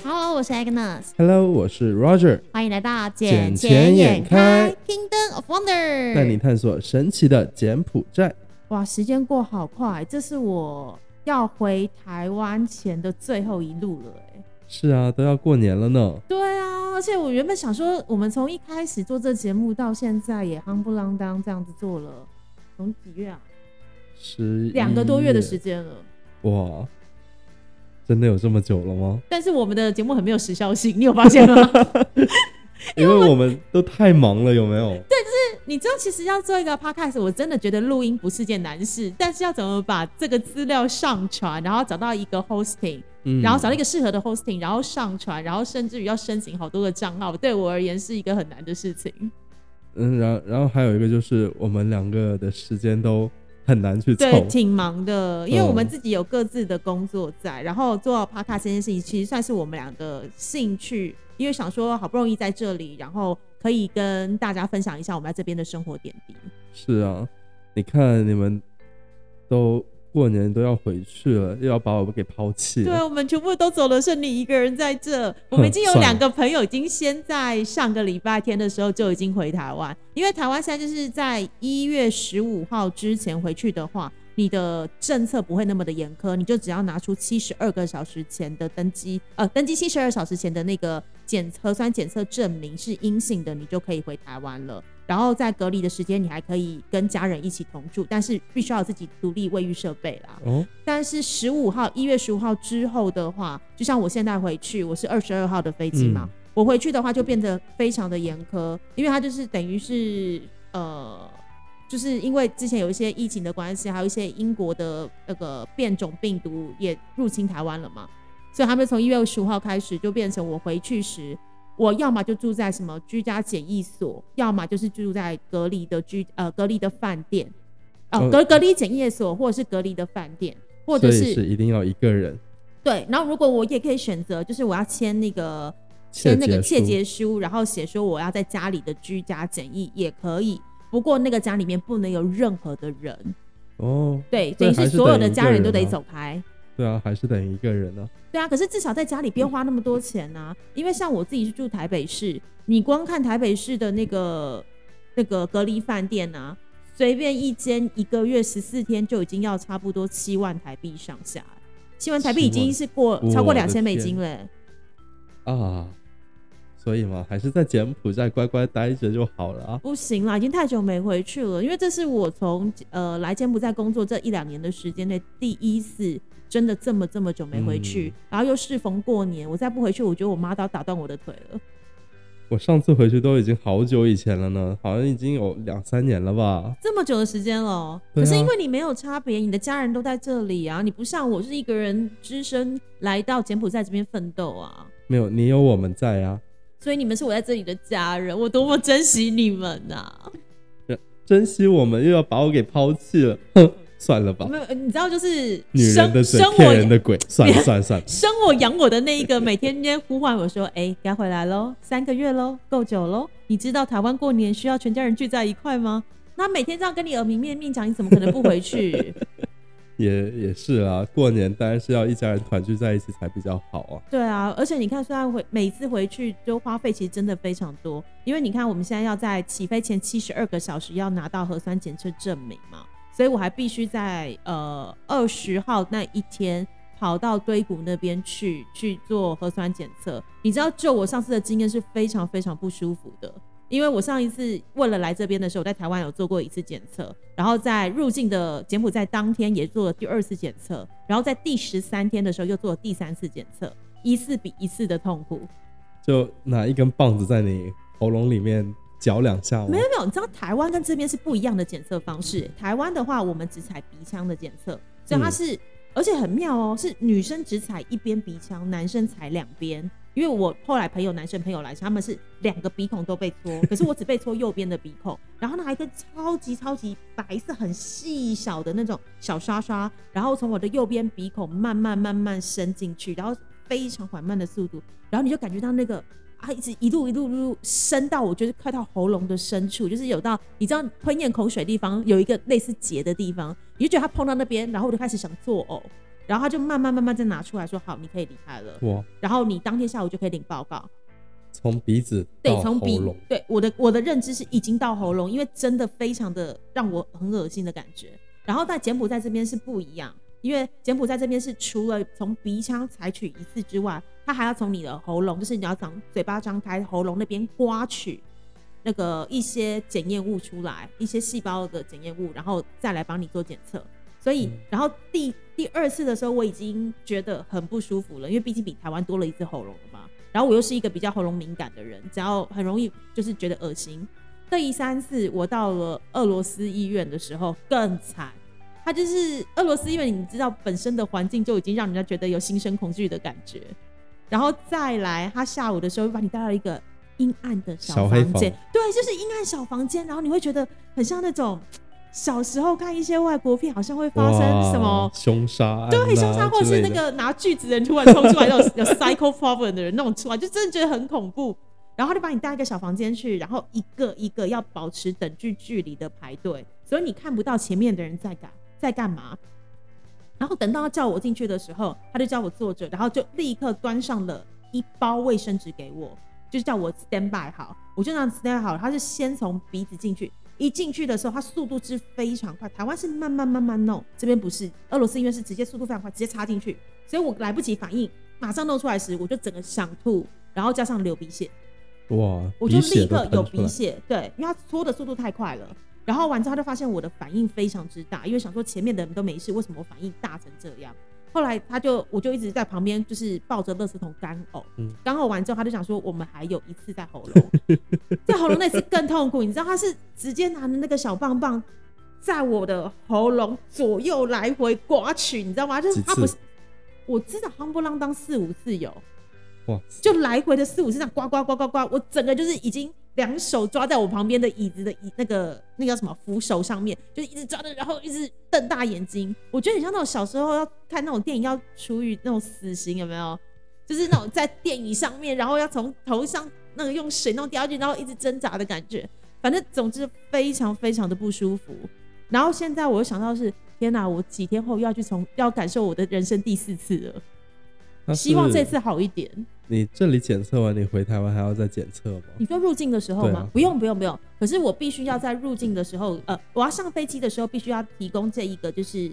Hello， 我是 Agnes。Hello， 我是 Roger。 欢迎来到捡钱眼开 Kingdom of Wonder， 带你探索神奇的柬埔寨。 哇，时间过好快，这是我要回台湾前的最后一路了是啊，都要过年了呢。 对啊，而且我原本想说，我们从一开始做这节目到现在也夯不啷当这样子做了，从几月啊？2个多月的时间了。 哇，真的有这么久了吗？ 但是我们的节目很没有时效性，你有发现吗？ 因为我们都太忙了，有没有？ 对，就是你知道，其实要做一个 podcast， 我真的觉得录音不是件难事，但是要怎么把这个资料上传，然后找到一个 hosting，然后找到一个适合的 hosting， 然后上传，然后甚至于要申请好多个账号，对我而言是一个很难的事情。 然后还有一个就是我们两个的时间都很难去凑， 对，挺忙的，因为我们自己有各自的工作在，然后做 podcast 这件事情其实算是我们两个兴趣，因为想说好不容易在这里，然后可以跟大家分享一下我们在这边的生活点滴。 是啊，你看你们都过年都要回去了，又要把我们给抛弃了。 对，我们全部都走了，剩你一个人在这。我们已经有2个朋友已经先在上个礼拜天的时候就已经回台湾，因为台湾现在就是在1月15号之前回去的话，你的政策不会那么的严苛，你就只要拿出72个小时前的登机72小时前的那个核酸检测证明是阴性的，你就可以回台湾了。然后在隔离的时间，你还可以跟家人一起同住，但是必须要有自己独立卫浴设备啦。但是1月15号之后的话，就像我现在回去，我是22号的飞机嘛，我回去的话就变得非常的严苛，因为它就是等于是就是因为之前有一些疫情的关系，还有一些英国的那个变种病毒也入侵台湾了嘛，所以他们从1月15号开始就变成我回去时，我要么就住在什么居家检疫所，要么就是住在隔离的饭店，隔离检疫所或者是隔离的饭店，或者是一定要一个人。 对，然后如果我也可以选择，就是我要签那个切结书，然后写说我要在家里的居家检疫也可以，不过那个家里面不能有任何的人。对，等于是所有的家人都得走开。 对啊，还是等于一个人啊。 对啊，可是至少在家里不用花那么多钱啊，因为像我自己是住台北市，你光看台北市的那个隔离饭店啊，随便一间1个月14天就已经要差不多7万台币上下，7万台币已经是超过2000美金了啊。所以嘛，还是在柬埔寨乖乖待着就好了啊。 不行啦，已经太久没回去了，因为这是我从来柬埔寨工作这1-2年的时间内第一次真的这么久没回去，然后又适逢过年，我再不回去，我觉得我妈都要打断我的腿了。 我上次回去都已经好久以前了呢，好像已经有2-3年了吧。这么久的时间了。可是因为你没有差别，你的家人都在这里啊，你不像我是一个人只身来到柬埔寨这边奋斗啊。 没有，你有我们在啊。 所以你们是我在这里的家人，我多么珍惜你们啊！ 珍惜我们又要把我给抛弃了，算了吧。 你知道，就是女人的嘴骗人的鬼，算了。 生我养我的那一个，每天呼唤我说：“该回来咯，3个月咯，够久咯。你知道台湾过年需要全家人聚在一块吗？那每天这样跟你耳明面讲，你怎么可能不回去？” 也是啦，过年当然是要一家人团聚在一起才比较好啊。 对啊，而且你看，虽然每次回去就花费其实真的非常多，因为你看我们现在要在起飞前72个小时要拿到核酸检测证明嘛，所以我还必须在20号那一天跑到堆谷那边去做核酸检测。你知道，就我上次的经验是非常非常不舒服的。因为我上一次为了来这边的时候，我在台湾有做过1次检测，然后在入境的柬埔寨当天也做了第2次检测，然后在第13天的时候又做了第3次检测，一次比一次的痛苦。 就拿一根棒子在你喉咙里面嚼2下吗？ 没有，你知道台湾跟这边是不一样的检测方式。台湾的话，我们只采鼻腔的检测，所以它是，而且很妙哦，是女生只采一边鼻腔，男生采2边。因为我后来男生朋友来，他们是2个鼻孔都被戳，可是我只被戳右边的鼻孔，然后呢还一根超级白色很细小的那种小刷刷，然后从我的右边鼻孔慢慢伸进去，然后非常缓慢的速度，然后你就感觉到那个一路伸到我觉得快到喉咙的深处，就是有到你知道吞咽口水的地方有一个类似结的地方，你就觉得它碰到那边，然后我就开始想作呕。 然后他就慢慢再拿出来说好，你可以离开了。哇！然后你当天下午就可以领报告。 从鼻子到喉咙， 对，我的认知是已经到喉咙，因为真的非常的让我很恶心的感觉。然后在柬埔寨这边是不一样，因为柬埔寨这边是除了从鼻腔采取一次之外，它还要从你的喉咙，就是你要嘴巴张开，喉咙那边刮取那个一些检验物出来，一些细胞的检验物，然后再来帮你做检测。所以，然后第二次的时候，我已经觉得很不舒服了，因为毕竟比台湾多了一次喉咙了嘛。然后我又是一个比较喉咙敏感的人，只要很容易就是觉得恶心。第三次我到了俄罗斯医院的时候更惨，它就是俄罗斯医院，你知道本身的环境就已经让人家觉得有心生恐惧的感觉。然后再来，他下午的时候把你带到一个阴暗的小房间，对，就是阴暗小房间，然后你会觉得很像那种小时候看一些外国片，好像会发生什么凶杀案、 对，凶杀，或是那个拿锯子的人突然冲出来，那种有 psycho problem 的人那种出来，就真的觉得很恐怖。然后他就把你带一个小房间去，然后一个一个要保持等距离的排队，所以你看不到前面的人在干嘛。然后等到他叫我进去的时候，他就叫我坐着，然后就立刻端上了一包卫生纸给我，就是叫我 stand by 好，我就让 stand by 好。他是先从鼻子进去。一进去的时候，它速度是非常快，台湾是慢慢弄，这边不是，俄罗斯医院是直接速度非常快，直接插进去，所以我来不及反应，马上弄出来时，我就整个想吐，然后加上流鼻血， 哇， 我就立刻有鼻血，对，因为它搓的速度太快了，然后完之后他就发现我的反应非常之大，因为想说前面的人都没事，为什么我反应大成这样？后来我就一直在旁边，就是抱着垃圾桶干呕，干呕完之后，他就想说我们还有一次在喉咙，在喉咙那次更痛苦，你知道他是直接拿着那个小棒棒在我的喉咙左右来回刮取，你知道吗？就是他不是，我知道夯不啷当4-5次有，哇，就来回的4-5次这样刮刮刮刮刮，我整个就是已经两手抓在我旁边的椅子的那个叫什么扶手上面，就一直抓着，然后一直瞪大眼睛。我觉得很像那种小时候要看那种电影要处以那种死刑，有没有？就是那种在电椅上面，然后要从头上那个用水弄掉下去，然后一直挣扎的感觉。反正总之非常非常的不舒服。然后现在我又想到是，天哪，我几天后要感受我的人生第4次了。希望这次好一点。 你这里检测完，你回台湾还要再检测吗？ 你说入境的时候吗？不用。可是我必须要在入境的时候，我要上飞机的时候，必须要提供这一个就是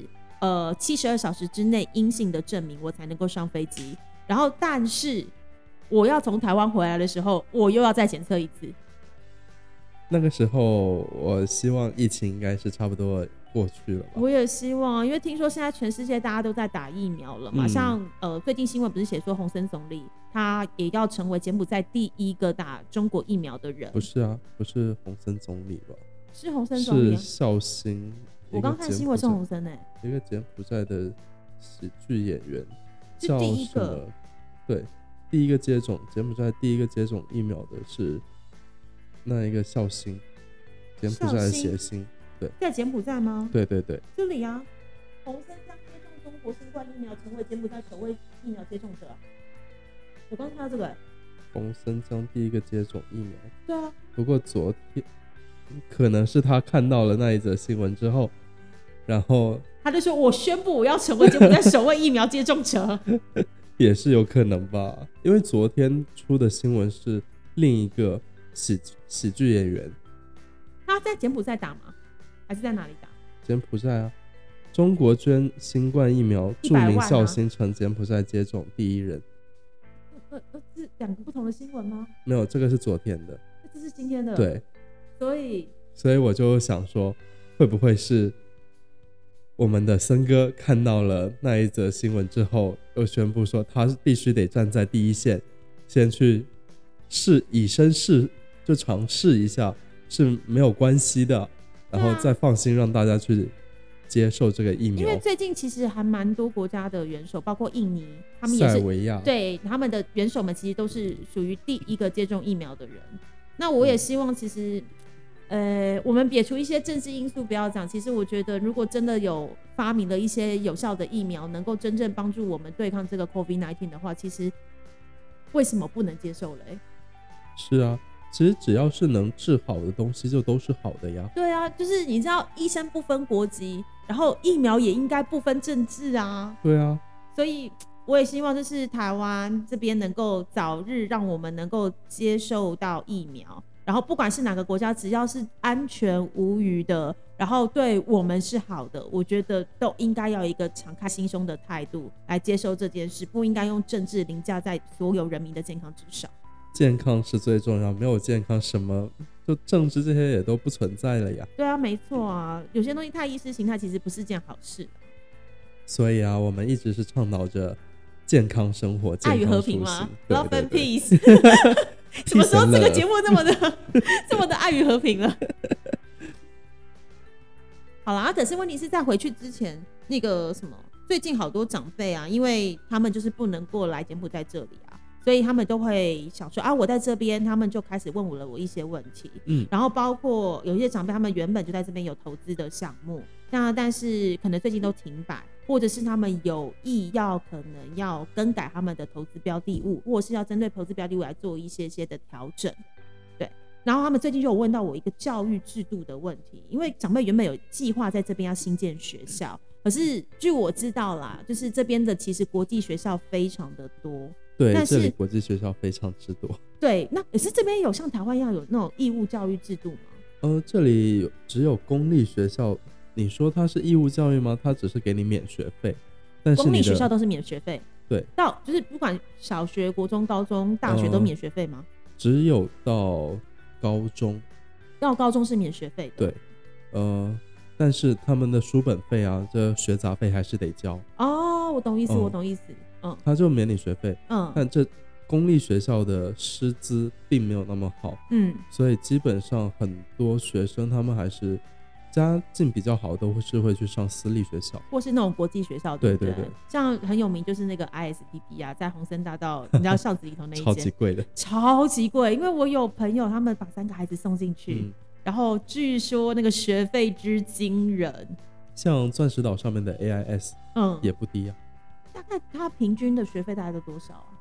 72小时之内阴性的证明，我才能够上飞机。然后，但是我要从台湾回来的时候，我又要再检测一次。 那个时候，我希望疫情应该是差不多过去了吧。 我也希望，因为听说现在全世界大家都在打疫苗了嘛，像最近新闻不是写说洪森总理他也要成为柬埔寨第一个打中国疫苗的人。 不是啊，不是洪森总理吧？ 是洪森总理， 是孝兴。 我刚看新闻是洪森一个柬埔寨的喜剧演员， 是第一个， 对，第一个接种柬埔寨第一个接种疫苗的是那一个孝兴，柬埔寨的谐星。对， 在柬埔寨吗？ 对， 这里啊，洪森将接种中国新冠疫苗，成为柬埔寨首位疫苗接种者。我刚看到这个洪森将第一个接种疫苗。 对啊， 不过昨天可能是他看到了那一则新闻之后，然后他就说：“我宣布我要成为柬埔寨首位疫苗接种者。” 也是有可能吧，因为昨天出的新闻是另一个喜剧演员， 他在柬埔寨打吗？还是在哪里打？ 柬埔寨啊，中国捐新冠疫苗，著名孝兴成柬埔寨接种第一人。 是两个不同的新闻吗？ 没有，这个是昨天的， 这是今天的。 对，所以我就想说，会不会是我们的森哥看到了那一则新闻之后，又宣布说他必须得站在第一线，先去以身试，就尝试一下是没有关系的。然后再放心让大家去接受这个疫苗。 因为最近其实还蛮多国家的元首，包括印尼，他们也是塞尔维亚， 对，他们的元首们其实都是属于第一个接种疫苗的人。那我也希望其实我们撇除一些政治因素不要讲，其实我觉得如果真的有发明了一些有效的疫苗，能够真正帮助我们对抗这个 COVID-19 的话，其实为什么不能接受嘞？ 是啊，其实只要是能治好的东西就都是好的呀。 对啊，就是你知道医生不分国籍，然后疫苗也应该不分政治啊。 对啊， 所以我也希望就是台湾这边能够早日让我们能够接受到疫苗，然后不管是哪个国家，只要是安全无虞的，然后对我们是好的，我觉得都应该要有一个敞开心胸的态度来接受这件事，不应该用政治凌驾在所有人民的健康之上。 健康是最重要，没有健康什么就政治这些也都不存在了呀。 对啊，没错啊，有些东西太意识形态其实不是件好事。 所以啊，我们一直是倡导着健康生活、健康爱与和平吗？Love and peace 什么时候这个节目这么的爱与和平了？好啦，可是问题是在回去之前，那个什么，最近好多长辈啊，因为他们就是不能过来柬埔寨这里啊，所以他们都会想说啊，我在这边，他们就开始问我一些问题，然后包括有一些长辈，他们原本就在这边有投资的项目，但是可能最近都停摆，或者是他们有意可能要更改他们的投资标的物，或者是要针对投资标的物来做一些的调整，对。然后他们最近就有问到我一个教育制度的问题，因为长辈原本有计划在这边要新建学校，可是据我知道啦，就是这边的其实国际学校非常的多， 对，这里国际学校非常之多。 对，那可是这边有像台湾一样有那种义务教育制度吗？ 这里只有公立学校。你说它是义务教育吗？它只是给你免学费，但是公立学校都是免学费。 对， 到就是不管小学、国中、高中、大学都免学费吗？ 只有到高中， 到高中是免学费的。 对，但是他们的书本费啊，这学杂费还是得交。 哦，我懂意思，我懂意思。 他就免你学费。但这公立学校的师资并没有那么好。所以基本上很多学生他们还是家境比较好，都是会去上私立学校， 或是那种国际学校。对，像很有名就是那个 ISPP 啊，在洪森大道，你知道巷子里头那一间超级贵的， 超级贵。因为我有朋友他们把3个孩子送进去，然后据说那个学费之惊人。 像钻石岛上面的 AIS，也不低啊。 大概他平均的学费大概都多少啊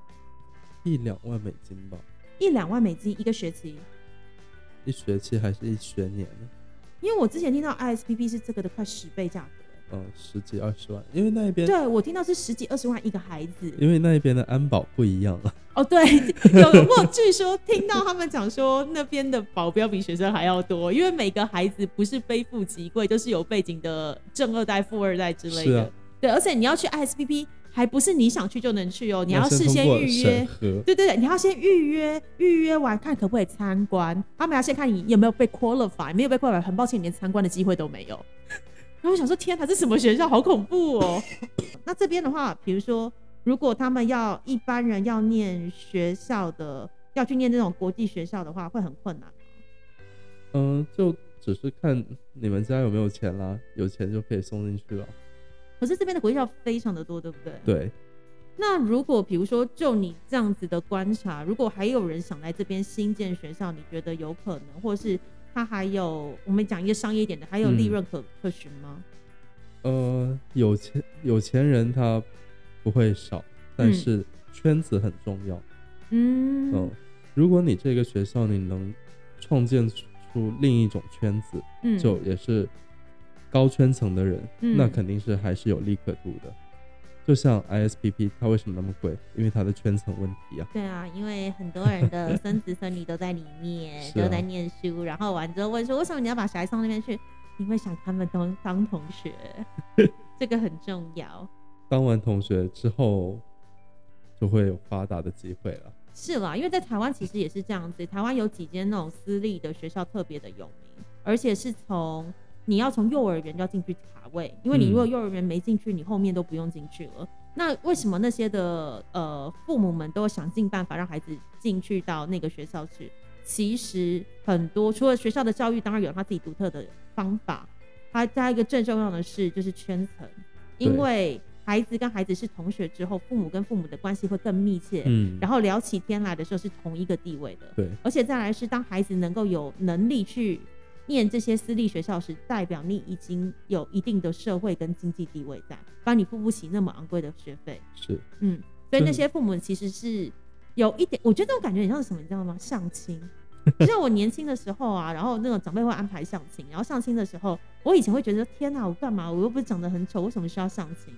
？1-2万美金吧。 1-2万美金一个学期？ 一学期还是一学年呢？ 因为我之前听到 ISPP 是这个的快10倍价格 ，10几20万，因为那边对我听到是10几20万一个孩子， 因为那边的安保不一样啊。 对，我据说听到他们讲说那边的保镖比学生还要多，因为每个孩子不是非富即贵，都是有背景的正2代、富2代之类的。对，而且你要去 ISPP。还不是你想去就能去哦，你要事先预约。对，你要先预约完看可不可以参观，他们要先看你有没有被 qualify， 没有被 qualify， 很抱歉，连参观的机会都没有。然后我想说，天哪，这什么学校，好恐怖哦！那这边的话，比如说，如果他们一般人要念学校的，要去念这种国际学校的话，会很困难吗？就只是看你们家有没有钱啦，有钱就可以送进去了。 可是这边的国际学校非常的多，对不对？ 对。 那如果比如说就你这样子的观察，如果还有人想来这边新建学校，你觉得有可能，或是他还有我们讲一个商业一点的，还有利润可循吗？ 有钱人他不会少，但是圈子很重要。如果你这个学校你能创建出另一种圈子，就也是高圈层的人，那肯定是还是有利可图的。就像 ISPP 它为什么那么贵？因为它的圈层问题啊。 对啊，因为很多人的孙子孙女都在里面都在念书，然后完之后问说为什么你要把小孩送那边去？因为想他们当同学这个很重要。 当完同学之后就会有发达的机会了。 是啦，因为在台湾其实也是这样子，台湾有几间那种私立的学校特别的有名，而且是你要从幼儿园就要进去卡位，因为你如果幼儿园没进去，你后面都不用进去了。那为什么那些的父母们都想尽办法让孩子进去到那个学校去？其实很多除了学校的教育，当然有他自己独特的方法，他加一个最重要的是就是圈层，因为孩子跟孩子是同学之后，父母跟父母的关系会更密切，然后聊起天来的时候是同一个地位的。 对， 而且再来是当孩子能够有能力去念这些私立学校时，代表你已经有一定的社会跟经济地位在，不然你付不起那么昂贵的学费。 是， 所以那些父母其实是有一点，我觉得这种感觉很像是什么，你知道吗？相亲。就像我年轻的时候啊，然后那种长辈会安排相亲，然后相亲的时候，我以前会觉得天哪，我干嘛？我又不是长得很丑，为什么需要相亲？后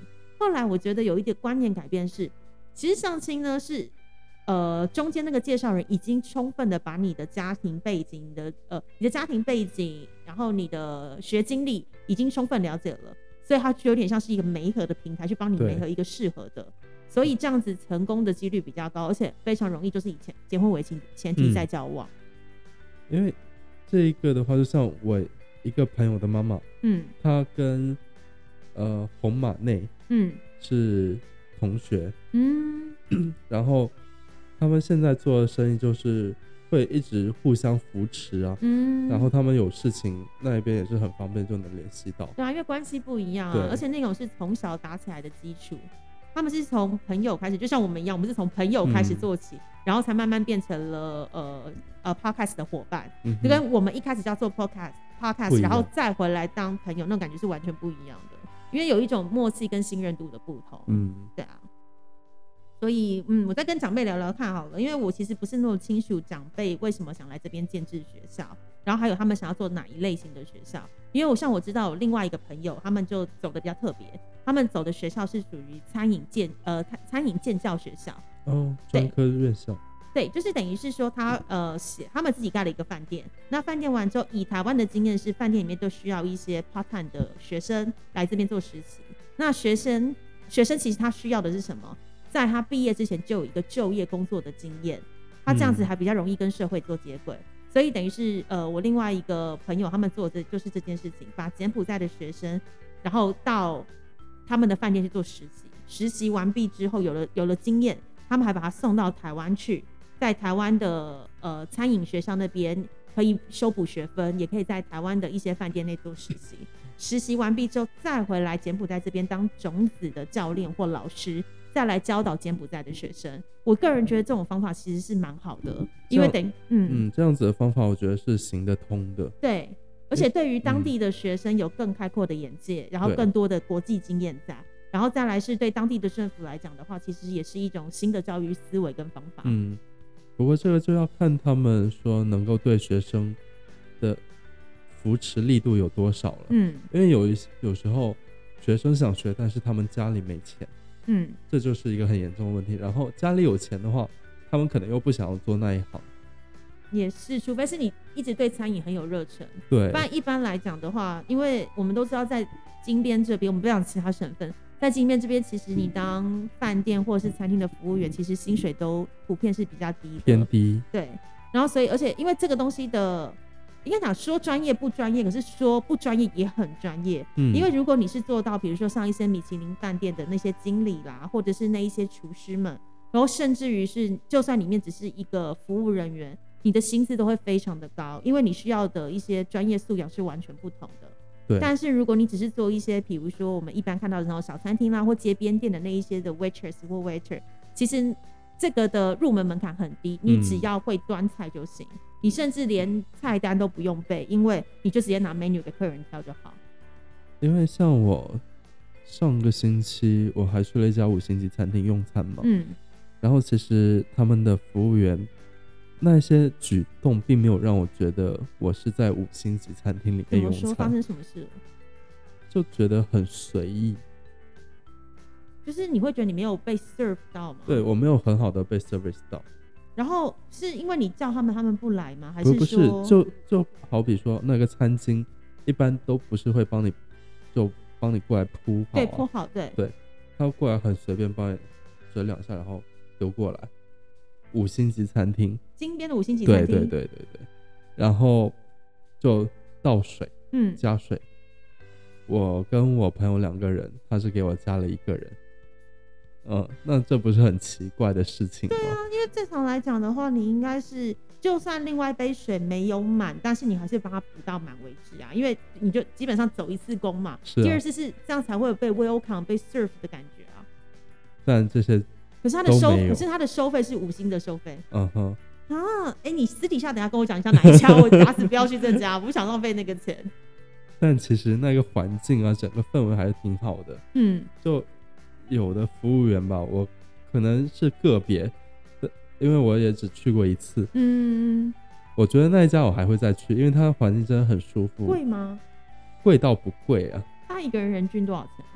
后来我觉得有一点观念改变是，其实相亲呢是中间那个介绍人已经充分的把你的家庭背景、你的家庭背景，然后你的学经历已经充分了解了，所以它就有点像是一个媒合的平台，去帮你媒合一个适合的，所以这样子成功的几率比较高，而且非常容易，就是以结婚为前提再交往。 因为这一个的话，就像我一个朋友的妈妈，她跟红马内是同学，然后他们现在做的生意就是会一直互相扶持啊，然后他们有事情那一边也是很方便就能联系到。 对啊，因为关系不一样啊，而且那种是从小打起来的基础，他们是从朋友开始，就像我们一样，我们是从朋友开始做起，然后才慢慢变成了podcast 的伙伴，就跟我们一开始就要做 podcast， 然后再回来当朋友，那种感觉是完全不一样的，因为有一种默契跟信任度的不同。对啊。所以我再跟长辈聊聊看好了，因为我其实不是那么清楚长辈为什么想来这边建制学校，然后还有他们想要做哪一类型的学校。因为像我知道有另外一个朋友，他们就走的比较特别，他们走的学校是属于餐饮建教学校， 专科院校。 对，就是等于是说他们自己盖了一个饭店，那饭店完之后，以台湾的经验是，饭店里面都需要一些 part time 的学生来这边做实习。那学生其实他需要的是什么？在他毕业之前就有一个就业工作的经验，他这样子还比较容易跟社会做接轨。所以等于是我另外一个朋友他们做的就是这件事情，把柬埔寨的学生然后到他们的饭店去做实习，实习完毕之后有了经验，他们还把他送到台湾去，在台湾的餐饮学校那边可以修补学分，也可以在台湾的一些饭店内做实习，实习完毕之后再回来柬埔寨这边当种子的教练或老师，再来教导柬埔寨的学生。我个人觉得这种方法其实是蛮好的，因为这样子的方法我觉得是行得通的。 对，而且对于当地的学生有更开阔的眼界，然后更多的国际经验在，然后再来是对当地的政府来讲的话，其实也是一种新的教育思维跟方法。 不过这个就要看他们说能够对学生的扶持力度有多少了。因为有时候学生想学，但是他们家里没钱，这就是一个很严重的问题。然后家里有钱的话，他们可能又不想要做那一行。 也是，除非是你一直对餐饮很有热忱。 对， 不然一般来讲的话，因为我们都知道在金边这边，我们不讲其他省份，在金边这边，其实你当饭店或者是餐厅的服务员，其实薪水都普遍是比较低的， 偏低。 对，然后所以而且因为这个东西的，应该讲说专业不专业，可是说不专业也很专业。因为如果你是做到比如说像一些米其林饭店的那些经理啦，或者是那一些厨师们，然后甚至于是就算里面只是一个服务人员，你的薪资都会非常的高，因为你需要的一些专业素养是完全不同的。 对， 但是如果你只是做一些比如说我们一般看到的那种小餐厅啦或街边店的那一些的 waitress 或 waiter， 其实这个的入门门槛很低，你只要会端菜就行，你甚至连菜单都不用背，因为你就直接拿 menu 给客人挑就好。 因为像我上个星期我还去了一家5星级餐厅用餐嘛，然后其实他们的服务员那些举动并没有让我觉得我是在5星级餐厅里面用餐。 怎么说？发生什么事了？ 就觉得很随意， 就是你会觉得你没有被 serve 到吗？ 对，我没有很好的被 service 到。 然后是因为你叫他们不来吗？还是说不是，就好比说那个餐巾一般都不是会帮你过来铺好， 对，铺好，对， 他过来很随便帮你折2下，然后丢过来。5星级餐厅， 金边的5星级餐厅， 对，然后就倒水，加水。我跟我朋友2个人，他是给我加了1个人，那这不是很奇怪的事情吗？ 对啊，因为正常来讲的话，你应该是就算另外一杯水没有满，但是你还是帮他补到满为止啊，因为你就基本上走一次工嘛，第二次是这样才会有被 welcome 被 serve 的感觉啊。 但这些可是他的收费是5星的收费。你私底下等一下跟我讲一下哪一家，我打死不要去这家，我不想浪费那个钱。 但其实那个环境啊，整个氛围还是挺好的。就有的服务员吧，我可能是个别的，因为我也只去过1次。我觉得那一家我还会再去，因为它的环境真的很舒服。 贵吗？ 贵到不贵啊。 他一个人人均多少钱？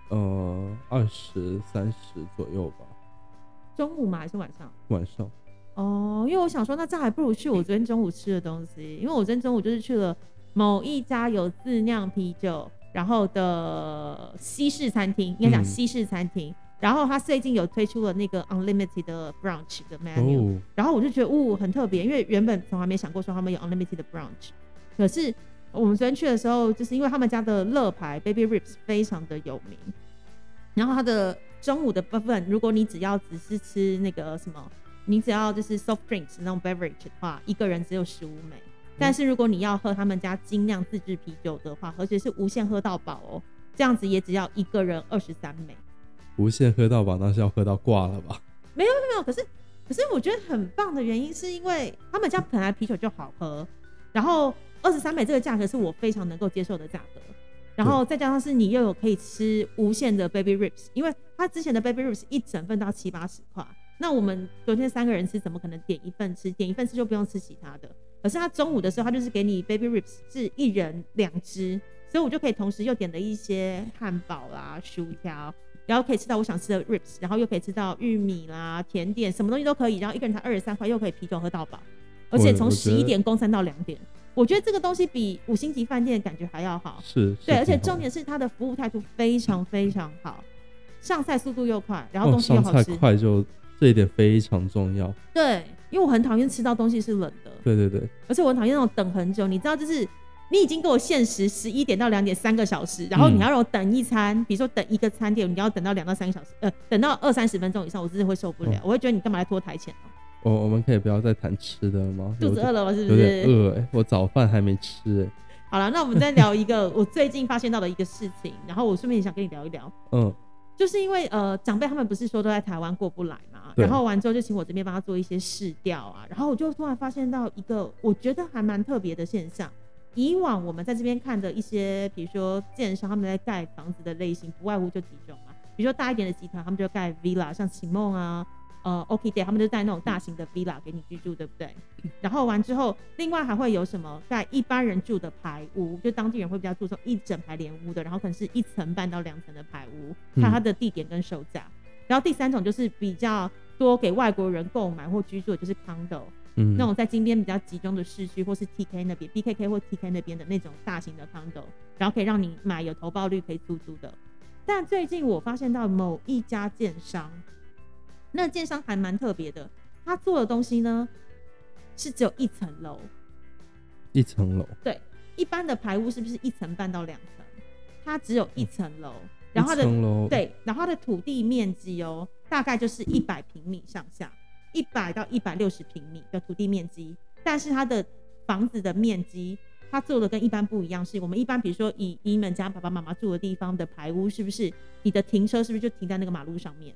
20、30左右吧。 中午吗？还是晚上？ 晚上。 哦，因为我想说，那这样还不如去我昨天中午吃的东西，因为我昨天中午就是去了某一家有自酿啤酒然后的西式餐厅，应该讲西式餐厅。然后他最近有推出了那个 unlimited 的 brunch 的 menu，然后我就觉得很特别，因为原本从来没想过说他们有 unlimited 的 brunch， 可是我们昨天去的时候，就是因为他们家的乐排 baby ribs 非常的有名，然后他的中午的部分，如果你只是吃那个什么，你只要就是 soft drinks 那种 beverage 的话，一个人只有15美，但是如果你要喝他们家精酿自制啤酒的话，而且是无限喝到饱哦，这样子也只要一个人23美。无限喝到饱那是要喝到挂了吧？ 没有，可是我觉得很棒的原因是因为他们家本来啤酒就好喝，然后23美这个价格是我非常能够接受的价格，然后再加上是你又有可以吃无限的 baby ribs， 因为他之前的 baby ribs 一整份到70-80块，那我们昨天3个人吃怎么可能点一份吃就不用吃其他的，可是他中午的时候他就是给你 baby ribs 是一人2只，所以我就可以同时又点了一些汉堡啦、薯条，然后可以吃到我想吃的 ribs， 然后又可以吃到玉米啦、甜点，什么东西都可以，然后一个人才23块，又可以啤酒喝到饱，而且从11点供餐到2点，我觉得这个东西比5星级饭店的感觉还要好。 是， 对，而且重点是它的服务态度非常非常好，上菜速度又快，然后东西又好吃。 上菜快就这一点非常重要。 对，因为我很讨厌吃到东西是冷的。 对， 而且我很讨厌那种等很久，你知道，就是你已经给我限时11点到2点3个小时，然后你要让我等一餐，比如说等一个餐点，你要等到2到3个小时，等到20-30分钟以上，我真的会受不了，我会觉得你干嘛来拖台前哦。 我们可以不要再谈吃的了吗？ 肚子饿了吗？是不是？ 有点饿我早饭还没吃好了，那我们再聊一个我最近发现到的一个事情，然后我顺便也想跟你聊一聊。就是因为长辈他们不是说都在台湾过不来嘛，然后完之后就请我这边帮他做一些市调啊，然后我就突然发现到一个我觉得还蛮特别的现象。以往我们在这边看的一些，比如说建商他们在盖房子的类型，不外乎就几种嘛，比如说大一点的集团，他们就盖 villa， 像晴梦啊。OK Day 他们就带那种大型的 villa 给你居住，对不对？然后完之后，另外还会有什么盖一般人住的排屋，就当地人会比较注重一整排连屋的，然后可能是1层半到2层的排屋，看它的地点跟售价。然后第3种就是比较多给外国人购买或居住的，就是 condo，那种在金边比较集中的市区，或是 TK 那边 BKK 或 TK 那边的那种大型的 condo， 然后可以让你买有投报率可以租的。但最近我发现到某一家建商。那建商还蛮特别的，他做的东西呢是只有1层楼，1层楼，对，一般的排屋是不是1层半到2层？它只有1层楼，然后它的对，然后它的土地面积大概就是100平米上下，100到160平米的土地面积，但是它的房子的面积，它做的跟一般不一样，是我们一般比如说以你们家爸爸妈妈住的地方的排屋，是不是你的停车是不是就停在那个马路上面？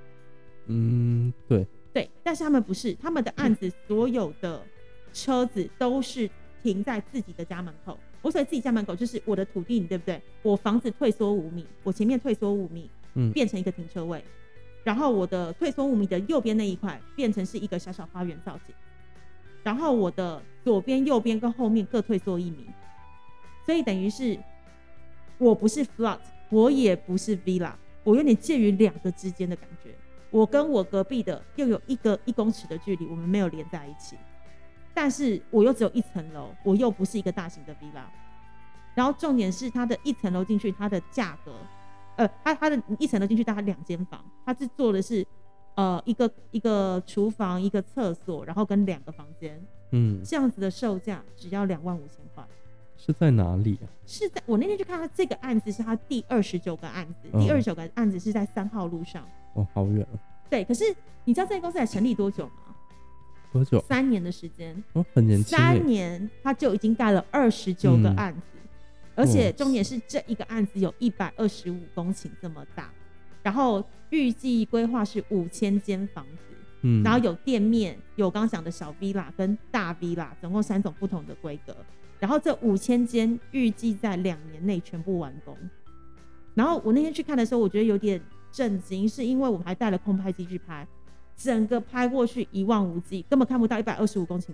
对，但是他们不是，他们的案子所有的车子都是停在自己的家门口。我所谓自己家门口，就是我的土地，对不对？我房子退缩5米，我前面退缩5米，变成一个停车位，然后我的退缩5米的右边那一块变成是一个小小花园造景，然后我的左边、右边跟后面各退缩1米，所以等于是我不是 flat， 我也不是 villa， 我有点介于2个之间的感觉。我跟我隔壁的又有1公尺的距离，我们没有连在一起，但是我又只有1层楼，我又不是一个大型的 villa。然后重点是它的1层楼进去，它的价格，它的1层楼进去大概2间房，它是做的是一个厨房、1个厕所，然后跟2个房间，这样子的售价只要25000块。 是在哪里啊？ 是在我那天去看他这个案子，是他第29个案子，第29个案子是在3号路上。 好远啊。对， 可是你知道这个公司才成立多久吗？ 多久 ？3年的时间。 很年轻。 3年他就已经盖了29个案子，而且重点是这一个案子有125公顷这么大，然后预计规划是5000间房子，然后有店面，有刚刚讲的小 villa 跟大 villa， 总共3种不同的规格。然后这5000间预计在2年内全部完工。然后我那天去看的时候，我觉得有点震惊，是因为我们还带了空拍机去拍，整个拍过去一望无际，根本看不到125公顷的地。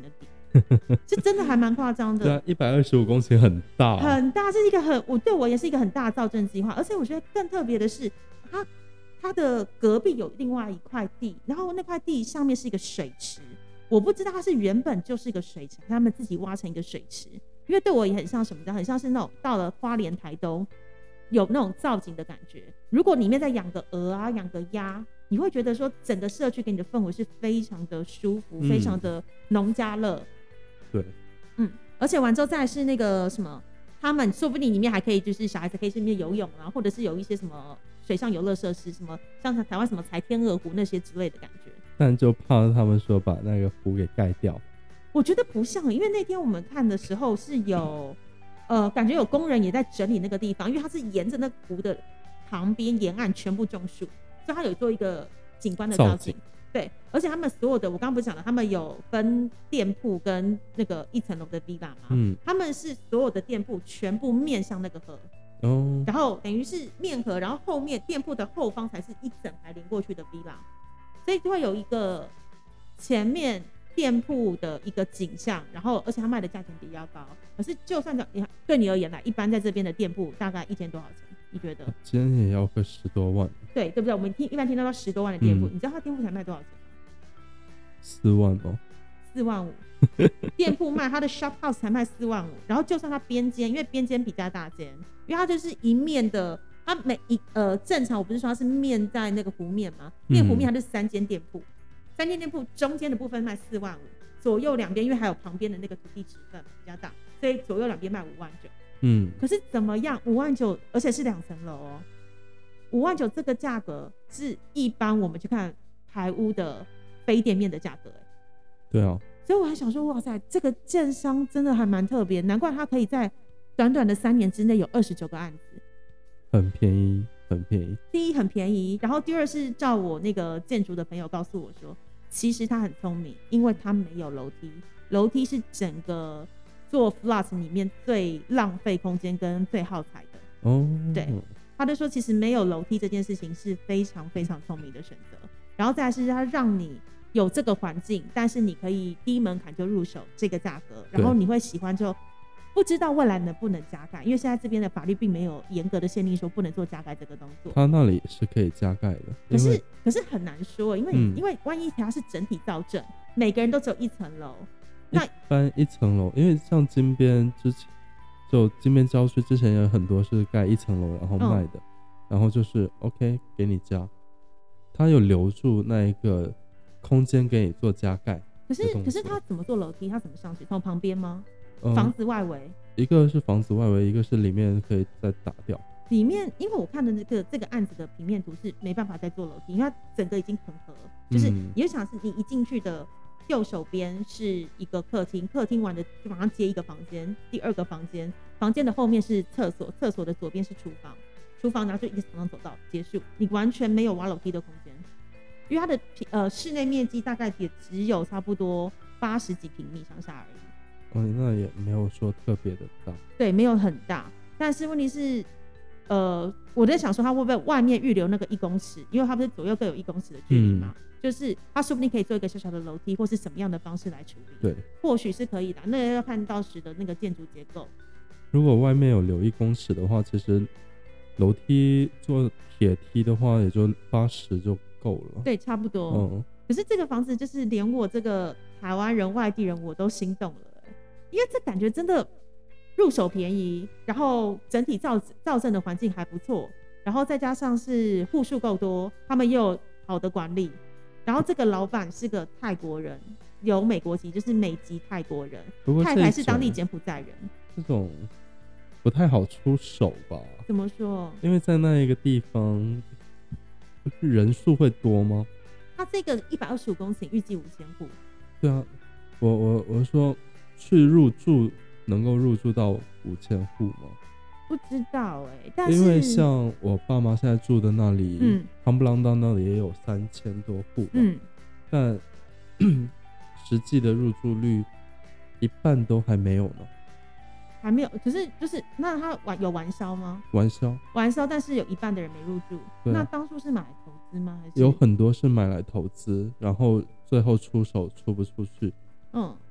是真的还蛮夸张的。 对啊，125公顷很大， 很大，是一个对我也是一个很大的造镇计划。而且我觉得更特别的是，它的隔壁有另外一块地，然后那块地上面是一个水池，我不知道它是原本就是一个水池，他们自己挖成一个水池。因为对我也很像什么的，很像是那种到了花莲台东有那种造景的感觉。如果里面再养个鹅啊，养个鸭，你会觉得说整个社区给你的氛围是非常的舒服，非常的农家乐。 对， 而且完之后再来是那个什么，他们说不定里面还可以就是小孩子可以去里面游泳啊，或者是有一些什么水上游乐设施，什么像台湾什么才天鹅湖那些之类的感觉。 但就怕他们说把那个湖给盖掉。 我觉得不像，因为那天我们看的时候是有感觉有工人也在整理那个地方，因为它是沿着那个湖的旁边沿岸全部种树，所以它有做一个景观的造景。对，而且他们所有的，我刚刚不是讲了，他们有分店铺跟那个一层楼的 villa 嘛，他们是所有的店铺全部面向那个河，然后等于是面河，然后后面店铺的后方才是一整排连过去的 villa， 所以就会有一个前面店铺的一个景象，然后而且他卖的价钱比较高，可是就算对你而言来，一般在这边的店铺大概一间多少钱？你觉得？ 今天也要个10多万。 对不对？我们一般听到10多万的店铺，你知道他店铺才卖多少钱吗 ？4万哦。 4万5。店铺卖他的 shop house 才卖4万5，然后就算他边间，因为边间比较大间，因为他就是一面的，他正常我不是说他是面在那个湖面吗？面湖面它就是3间店铺，3间店铺中间的部分卖4万5，左右两边因为还有旁边的那个土地持分比较大，所以左右两边卖5万9。可是怎么样？5万9，而且是2层楼哦。5万9这个价格是一般我们去看排屋的非店面的价格。 对啊。 所以我还想说，哇塞，这个建商真的还蛮特别，难怪他可以在短短的3年之内有29个案子。 很便宜，很便宜。 第一很便宜，然后第二是照我那个建筑的朋友告诉我说，其实他很聪明，因为他没有楼梯，楼梯是整个做 flat 里面最浪费空间跟最耗材的。对，他就说其实没有楼梯这件事情是非常非常聪明的选择。然后再来是他让你有这个环境，但是你可以低门槛就入手这个价格，然后你会喜欢就不知道未来能不能加盖，因为现在这边的法律并没有严格的限定说不能做加盖这个动作。 他那里是可以加盖的， 可是很难说，因为万一它是整体造镇，每个人都只有1层楼。那一般1层楼，因为像金边之前，就金边郊区之前有很多是盖1层楼然后卖的，然后就是 OK 给你加，他有留住那一个空间给你做加盖。可是他怎么做楼梯？他怎么上去？从旁边吗？房子外围？ 一个是房子外围，一个是里面可以再打掉。 里面，因为我看的这个案子的平面图是没办法再做楼梯，因为它整个已经很合，就是你就想是你一进去的右手边是一个客厅，客厅完的就马上接一个房间，第2个房间，房间的后面是厕所，厕所的左边是厨房，厨房然后就一直常常走到结束，你完全没有挖楼梯的空间，因为它的室内面积大概也只有差不多80几平米上下而已。 那也没有说特别的大。 对，没有很大，但是问题是我在想说他会不会外面预留那个1公尺，因为他不是左右各有1公尺的距离嘛，就是他说不定可以做一个小小的楼梯，或是什么样的方式来处理。 对， 或许是可以的，那要看到时的那个建筑结构。 如果外面有留1公尺的话，其实楼梯做铁梯的话也就80就够了。 对，差不多。可是这个房子就是连我这个台湾人外地人我都心动了，因为这感觉真的入手便宜，然后整体造镇的环境还不错，然后再加上是户数够多，他们也有好的管理，然后这个老板是个泰国人，有美国籍，就是美籍泰国人，太太是当地柬埔寨人。 这种不太好出手吧？ 怎么说？ 因为在那一个地方人数会多吗？ 他这个125公顷预计5000户。 对啊，我说去入住能够入住到5000户吗？ 不知道但是因为像我爸妈现在住的那里，夯不啷当那里也有3000多户吧，但实际的入住率一半都还没有呢。 还没有，可是就是那他有完销吗？ 完销， 但是有一半的人没入住。那当初是买来投资吗？还是有很多是买来投资，然后最后出手出不出去。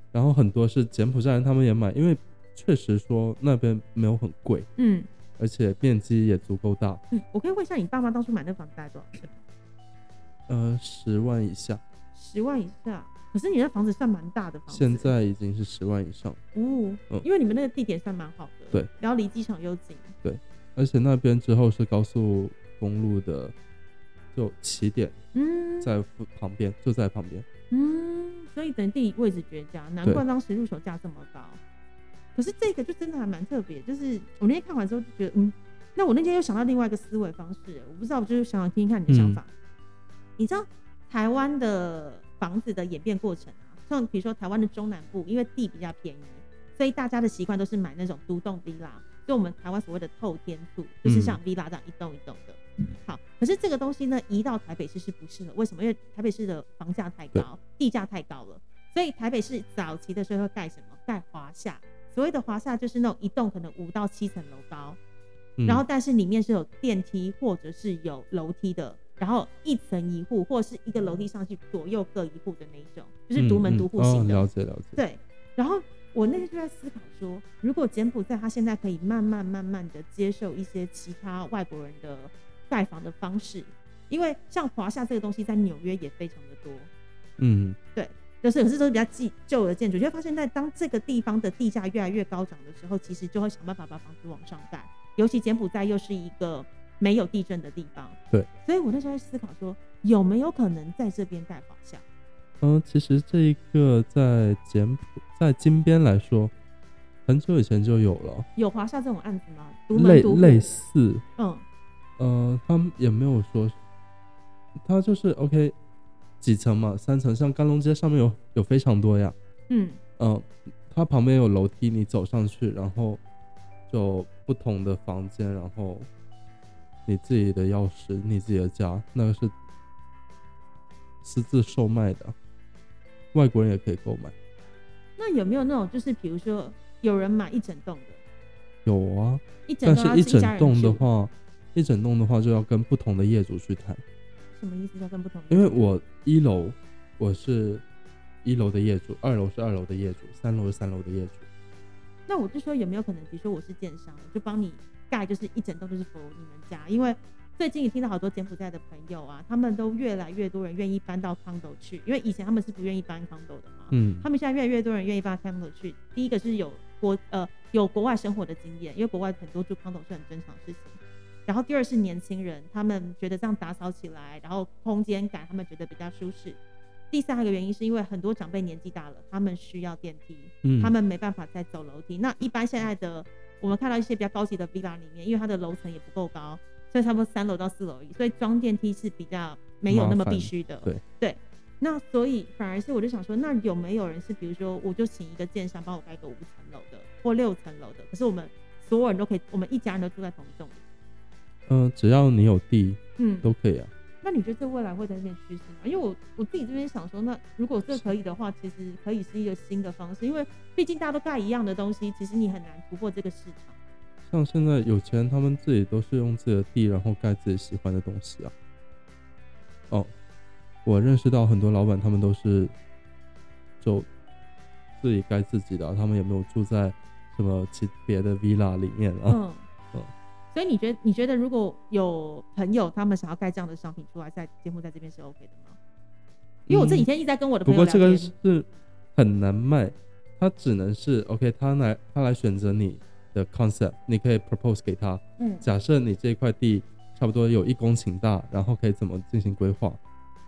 然后很多是柬埔寨人他们也买，因为确实说那边没有很贵，而且面积也足够大。 我可以问一下你爸妈当初买那房子大概多少钱吗 ？10万以下。 10万以下，可是你那房子算蛮大的房子， 现在已经是10万以上。 因为你们那个地点算蛮好的， 对， 然后离机场又近， 对，而且那边之后是高速公路的就起点，在旁边，就在旁边， 所以等于地理位置绝佳，难怪当时入手价这么高。可是这个就真的还蛮特别，就是我那天看完之后就觉得，那我那天又想到另外一个思维方式，我不知道，我就是想听听看你的想法。你知道台湾的房子的演变过程啊，像比如说台湾的中南部，因为地比较便宜，所以大家的习惯都是买那种独栋 villa， 就我们台湾所谓的透天厝，就是像 villa 这样一栋一栋的。好，可是这个东西呢，移到台北市是不适合，为什么？因为台北市的房价太高，地价太高了，所以台北市早期的时候会盖什么？盖华夏。所谓的华夏就是那种一栋可能5到7层楼高，然后但是里面是有电梯或者是有楼梯的，然后1层1户或者是一个楼梯上去左右各1户的那一种，就是独门独户型的。 了解。 对，然后我那天就在思考说，如果柬埔寨他现在可以慢慢的接受一些其他外国人的盖房的方式，因为像华夏这个东西在纽约也非常的多，对，就是可是都是比较旧的建筑，就会发现在当这个地方的地价越来越高涨的时候，其实就会想办法把房子往上盖，尤其柬埔寨又是一个没有地震的地方， 对， 所以我那时候在思考说，有没有可能在这边盖华夏？ 其实这一个在金边来说，很久以前就有了， 有华夏这种案子吗？独门独户类似，他们也没有说，他就是 OK。几层嘛，3层，像甘龙街上面有非常多呀。它旁边有楼梯，你走上去，然后就不同的房间，然后你自己的钥匙，你自己的家，那个是私自售卖的，外国人也可以购买。 那有没有那种就是比如说有人买一整栋的？ 有啊，但是一整栋的话就要跟不同的业主去谈。 什么意思？要跟不同的？ 因为我1楼我是1楼的业主，2楼是2楼的业主，3楼是3楼的业主。 那我就说有没有可能，比如说我是建商，我就帮你盖，就是一整栋就是服务你们家。因为最近也听到好多柬埔寨的朋友啊，他们都越来越多人愿意搬到 condo 去，因为以前他们是不愿意搬 condo 的嘛。他们现在越来越多人愿意搬 condo 去。第一个是有国外生活的经验，因为国外很多住 condo 是很正常的事情。然后第二是年轻人，他们觉得这样打扫起来，然后空间感他们觉得比较舒适。第三个原因是因为很多长辈年纪大了，他们需要电梯，他们没办法再走楼梯。那一般现在的我们看到一些比较高级的 villa 里面，因为它的楼层也不够高，所以差不多3楼到4楼而已，所以装电梯是比较没有那么必须的。对，那所以反而是我就想说，那有没有人是比如说我就请一个建商帮我盖个5层楼的或6层楼的，可是我们所有人都可以，我们一家人都住在同一栋里。 只要你有地，都可以啊。 那你觉得这未来会在那边趋势吗？因为我自己这边想说，那如果这可以的话，其实可以是一个新的方式，因为毕竟大家都盖一样的东西，其实你很难突破这个市场。 像现在有钱人他们自己都是用自己的地，然后盖自己喜欢的东西啊。我认识到很多老板，他们都是就自己盖自己的，他们也没有住在什么别的 villa 里面啊。 所以你觉得如果有朋友他们想要盖这样的商品出来，在柬埔寨这边是 OK 的吗？因为我这几天一直在跟我的朋友聊天。 不过这个是很难卖，他只能是 OK， 他来选择你的 concept， 你可以 propose 给他。假设你这块地差不多有1公顷大，然后可以怎么进行规划？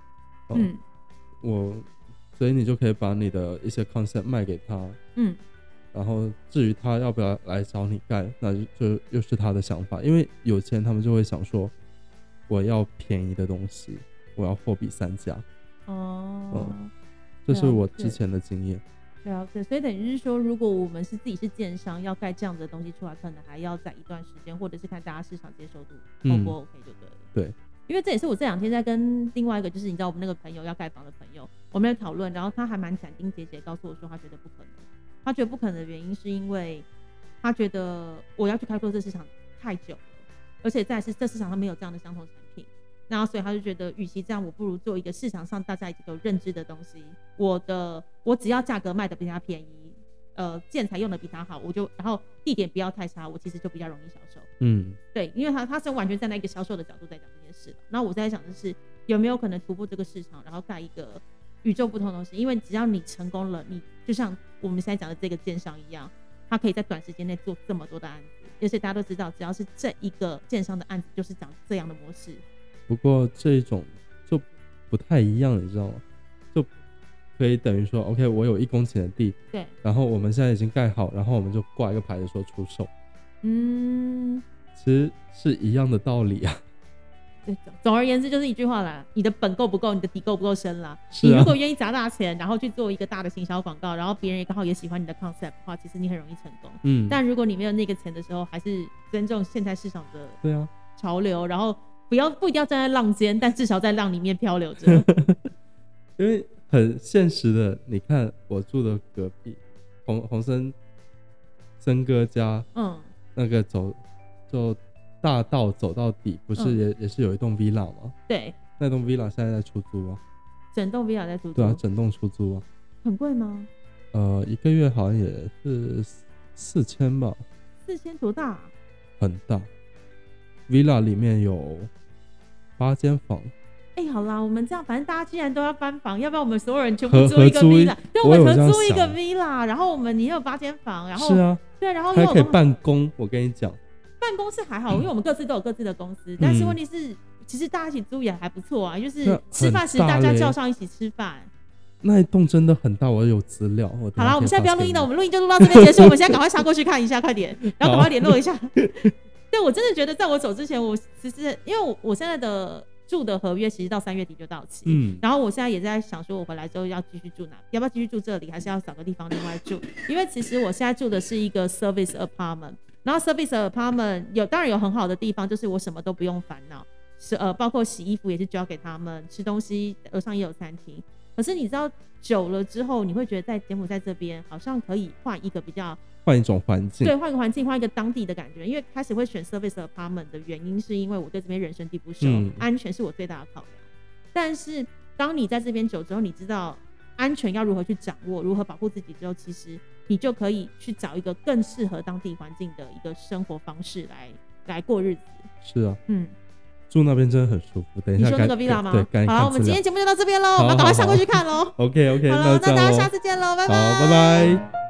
所以你就可以把你的一些 concept 卖给他。然后至于他要不要来找你盖，那就又是他的想法。因为有钱人他们就会想说，我要便宜的东西，我要货比3家。这是我之前的经验。 对，所以等于是说，如果我们自己是建商，要盖这样的东西出来，可能还要在一段时间，或者是看大家市场接受度 O 不 OK 就对了。 对， 因为这也是我这2天在跟另外一个，就是你知道我们那个朋友要盖房的朋友，我们在讨论，然后他还蛮斩钉截铁告诉我说，他觉得不可能。他觉得不可能的原因是因为他觉得我要去开拓这市场太久了，而且再来是这市场上没有这样的相同产品。 然后所以他就觉得与其这样，我不如做一个市场上大家已经有认知的东西，我只要价格卖的比他便宜，建材用的比他好，然后地点不要太差，我其实就比较容易销售。对，因为他是完全站在一个销售的角度在讲这件事。那我在想的是有没有可能突破这个市场，然后盖一个与众不同的东西，因为只要你成功了，你就像我们现在讲的这个建商一样，他可以在短时间内做这么多的案子，而且大家都知道，只要是这一个建商的案子，就是长这样的模式。 不过这一种就不太一样，你知道吗？就可以等于说 OK 我有1公顷的地， 对， 然后我们现在已经盖好，然后我们就挂一个牌子说出售。其实是一样的道理啊。 对，总而言之就是一句话啦，你的本够不够，你的底够不够深啦。 是啊， 你如果愿意砸大钱，然后去做一个大的行销广告，然后别人也刚好也喜欢你的 concept 的话，其实你很容易成功。但如果你没有那个钱的时候，还是尊重现在市场的潮流，然后不一定要站在浪尖，但至少在浪里面漂流着。 因为很现实的，你看我住的隔壁洪森哥家，那个就大道走到底，不是也是有一栋 villa 吗？对，那栋 villa 现在在出租啊。 整栋 villa 在出租？ 对啊，整栋出租啊。 很贵吗 ？1个月好像也是4000吧。 4000多大？ 很大。villa 里面有8间房。 好啦，我们这样，反正大家既然都要搬房，要不然我们所有人全部租一个 villa， 对，我们合租一个 villa， 然后你也有8间房，然后是啊， 对，然后还可以办公。我跟你讲， 办公室还好，因为我们各自都有各自的公司，但是问题是，其实大家一起租也还不错啊，就是吃饭时大家叫上一起吃饭。 那一栋真的很大，我有资料。好啦，我们现在不要录音了，我们录音就录到这边结束。我们现在赶快杀过去看一下，快点，然后赶快联络一下。对，我真的觉得在我走之前，我其实因为我现在的住的合约其实到3月底就到期，然后我现在也在想说，我回来之后要继续住哪，要不要继续住这里，还是要找个地方另外住？因为其实我现在住的是一个 service apartment， 然后 service apartment 当然有很好的地方，就是我什么都不用烦恼，包括洗衣服也是交给他们，吃东西楼上也有餐厅。可是你知道久了之后，你会觉得在柬埔寨这边好像可以换一个换一种环境， 对，换个环境，换一个当地的感觉。因为开始会选 service apartment 的原因，是因为我对这边人生地不熟，安全是我最大的考量。但是当你在这边久之后，你知道安全要如何去掌握，如何保护自己之后，其实你就可以去找一个更适合当地环境的一个生活方式来过日子。 是啊，住那边真的很舒服。等一下， 你说那个 villa 吗？ 对， 好，我们今天节目就到这边喽，我们赶快上过去看喽。 OK， 好了，那大家下次见喽，拜拜。 好，拜拜。